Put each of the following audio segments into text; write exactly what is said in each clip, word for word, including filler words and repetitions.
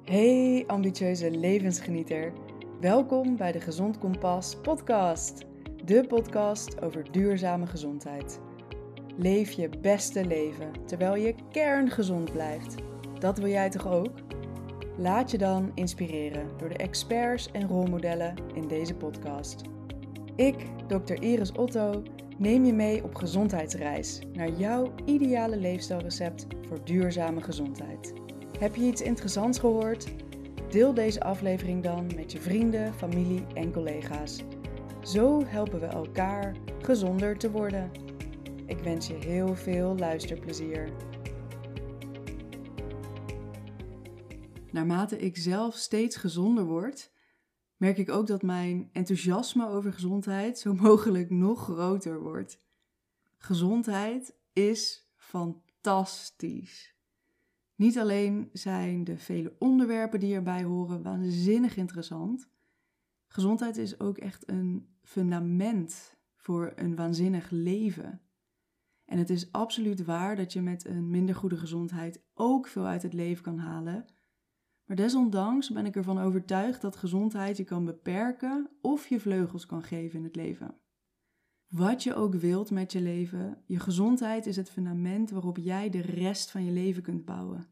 Hey ambitieuze levensgenieter, welkom bij de Gezond Kompas podcast. De podcast over duurzame gezondheid. Leef je beste leven terwijl je kerngezond blijft. Dat wil jij toch ook? Laat je dan inspireren door de experts en rolmodellen in deze podcast. Ik, dokter Iris Otto, neem je mee op gezondheidsreis naar jouw ideale leefstijlrecept voor duurzame gezondheid. Heb je iets interessants gehoord? Deel deze aflevering dan met je vrienden, familie en collega's. Zo helpen we elkaar gezonder te worden. Ik wens je heel veel luisterplezier. Naarmate ik zelf steeds gezonder word, merk ik ook dat mijn enthousiasme over gezondheid zo mogelijk nog groter wordt. Gezondheid is fantastisch. Niet alleen zijn de vele onderwerpen die erbij horen waanzinnig interessant. Gezondheid is ook echt een fundament voor een waanzinnig leven. En het is absoluut waar dat je met een minder goede gezondheid ook veel uit het leven kan halen. Maar desondanks ben ik ervan overtuigd dat gezondheid je kan beperken of je vleugels kan geven in het leven. Wat je ook wilt met je leven, je gezondheid is het fundament waarop jij de rest van je leven kunt bouwen.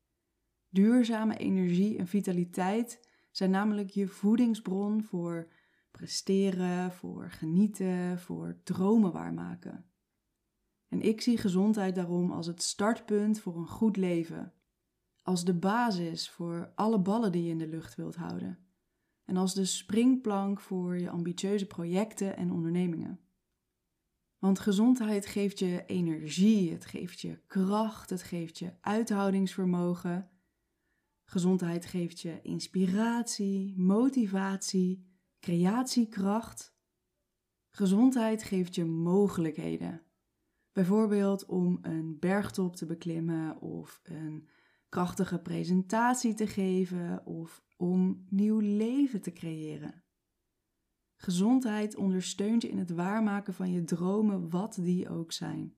Duurzame energie en vitaliteit zijn namelijk je voedingsbron voor presteren, voor genieten, voor dromen waarmaken. En ik zie gezondheid daarom als het startpunt voor een goed leven. Als de basis voor alle ballen die je in de lucht wilt houden. En als de springplank voor je ambitieuze projecten en ondernemingen. Want gezondheid geeft je energie, het geeft je kracht, het geeft je uithoudingsvermogen. Gezondheid geeft je inspiratie, motivatie, creatiekracht. Gezondheid geeft je mogelijkheden. Bijvoorbeeld om een bergtop te beklimmen of een krachtige presentatie te geven of om nieuw leven te creëren. Gezondheid ondersteunt je in het waarmaken van je dromen, wat die ook zijn.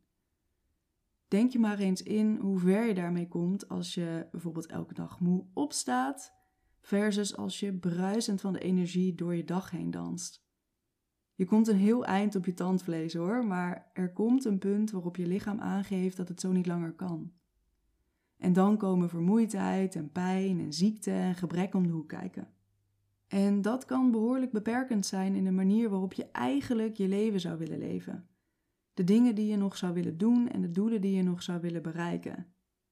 Denk je maar eens in hoe ver je daarmee komt als je bijvoorbeeld elke dag moe opstaat, versus als je bruisend van de energie door je dag heen danst. Je komt een heel eind op je tandvlees hoor, maar er komt een punt waarop je lichaam aangeeft dat het zo niet langer kan. En dan komen vermoeidheid en pijn en ziekte en gebrek om de hoek kijken. En dat kan behoorlijk beperkend zijn in de manier waarop je eigenlijk je leven zou willen leven. De dingen die je nog zou willen doen en de doelen die je nog zou willen bereiken.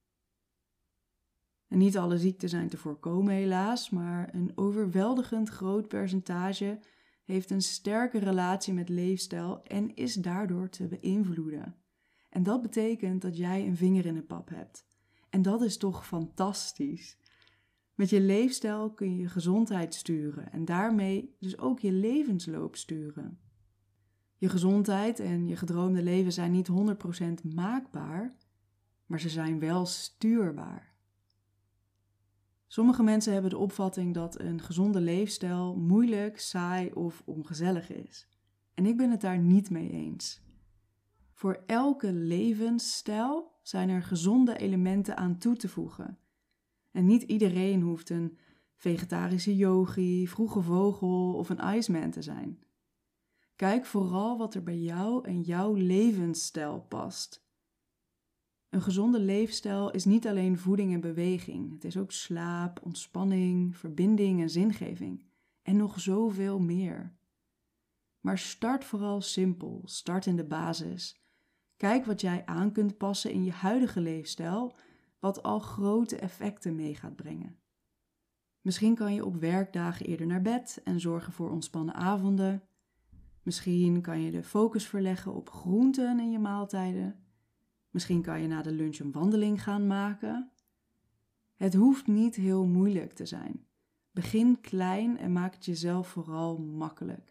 En niet alle ziekten zijn te voorkomen helaas, maar een overweldigend groot percentage heeft een sterke relatie met leefstijl en is daardoor te beïnvloeden. En dat betekent dat jij een vinger in de pap hebt. En dat is toch fantastisch. Met je leefstijl kun je je gezondheid sturen en daarmee dus ook je levensloop sturen. Je gezondheid en je gedroomde leven zijn niet honderd procent maakbaar, maar ze zijn wel stuurbaar. Sommige mensen hebben de opvatting dat een gezonde leefstijl moeilijk, saai of ongezellig is. En ik ben het daar niet mee eens. Voor elke levensstijl zijn er gezonde elementen aan toe te voegen. En niet iedereen hoeft een vegetarische yogi, vroege vogel of een Iceman te zijn. Kijk vooral wat er bij jou en jouw levensstijl past. Een gezonde leefstijl is niet alleen voeding en beweging. Het is ook slaap, ontspanning, verbinding en zingeving. En nog zoveel meer. Maar start vooral simpel. Start in de basis. Kijk wat jij aan kunt passen in je huidige leefstijl, wat al grote effecten mee gaat brengen. Misschien kan je op werkdagen eerder naar bed en zorgen voor ontspannen avonden. Misschien kan je de focus verleggen op groenten in je maaltijden. Misschien kan je na de lunch een wandeling gaan maken. Het hoeft niet heel moeilijk te zijn. Begin klein en maak het jezelf vooral makkelijk.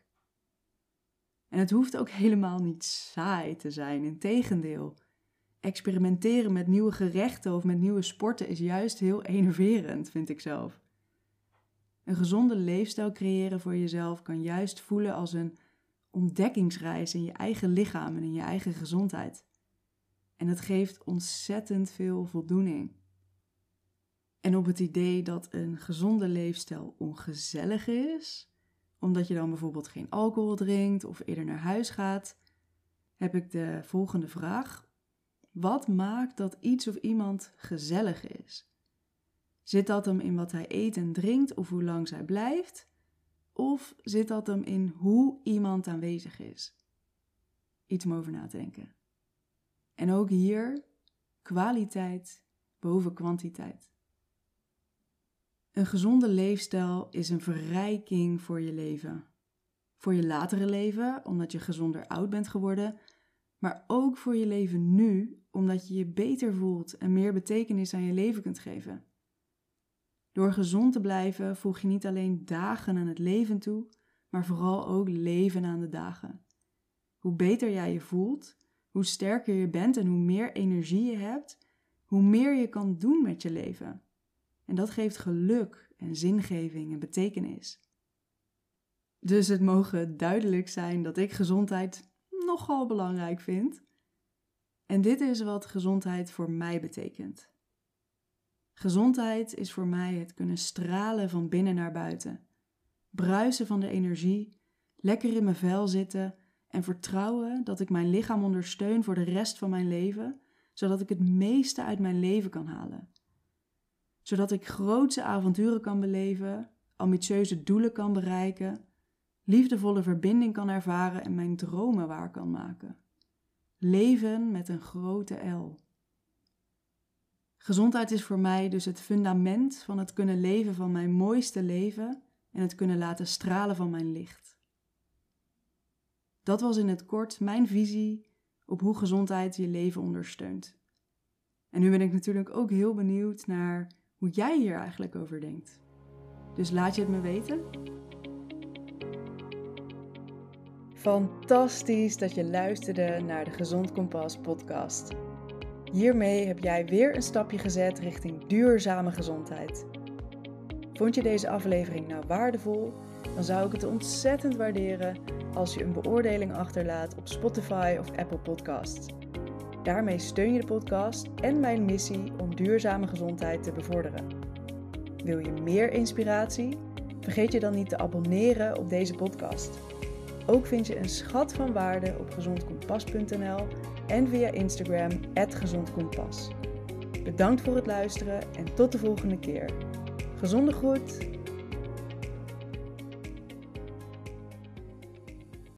En het hoeft ook helemaal niet saai te zijn, integendeel. Experimenteren met nieuwe gerechten of met nieuwe sporten is juist heel enerverend, vind ik zelf. Een gezonde leefstijl creëren voor jezelf kan juist voelen als een ontdekkingsreis in je eigen lichaam en in je eigen gezondheid. En dat geeft ontzettend veel voldoening. En op het idee dat een gezonde leefstijl ongezellig is, omdat je dan bijvoorbeeld geen alcohol drinkt of eerder naar huis gaat, heb ik de volgende vraag. Wat maakt dat iets of iemand gezellig is? Zit dat hem in wat hij eet en drinkt of hoe lang zij blijft? Of zit dat hem in hoe iemand aanwezig is? Iets om over na te denken. En ook hier kwaliteit boven kwantiteit. Een gezonde leefstijl is een verrijking voor je leven. Voor je latere leven, omdat je gezonder oud bent geworden, maar ook voor je leven nu, omdat je je beter voelt en meer betekenis aan je leven kunt geven. Door gezond te blijven voeg je niet alleen dagen aan het leven toe, maar vooral ook leven aan de dagen. Hoe beter jij je voelt, hoe sterker je bent en hoe meer energie je hebt, hoe meer je kan doen met je leven. En dat geeft geluk en zingeving en betekenis. Dus het mogen duidelijk zijn dat ik gezondheid nogal belangrijk vind. En dit is wat gezondheid voor mij betekent. Gezondheid is voor mij het kunnen stralen van binnen naar buiten. Bruisen van de energie, lekker in mijn vel zitten en vertrouwen dat ik mijn lichaam ondersteun voor de rest van mijn leven, zodat ik het meeste uit mijn leven kan halen. Zodat ik grootse avonturen kan beleven, ambitieuze doelen kan bereiken, liefdevolle verbinding kan ervaren en mijn dromen waar kan maken. Leven met een grote L. Gezondheid is voor mij dus het fundament van het kunnen leven van mijn mooiste leven en het kunnen laten stralen van mijn licht. Dat was in het kort mijn visie op hoe gezondheid je leven ondersteunt. En nu ben ik natuurlijk ook heel benieuwd naar hoe jij hier eigenlijk over denkt. Dus laat je het me weten. Fantastisch dat je luisterde naar de Gezond Kompas podcast. Hiermee heb jij weer een stapje gezet richting duurzame gezondheid. Vond je deze aflevering nou waardevol? Dan zou ik het ontzettend waarderen als je een beoordeling achterlaat op Spotify of Apple Podcasts. Daarmee steun je de podcast en mijn missie om duurzame gezondheid te bevorderen. Wil je meer inspiratie? Vergeet je dan niet te abonneren op deze podcast. Ook vind je een schat van waarde op gezond kompas punt n l en via Instagram at gezondkompas. Bedankt voor het luisteren en tot de volgende keer. Gezonde groet!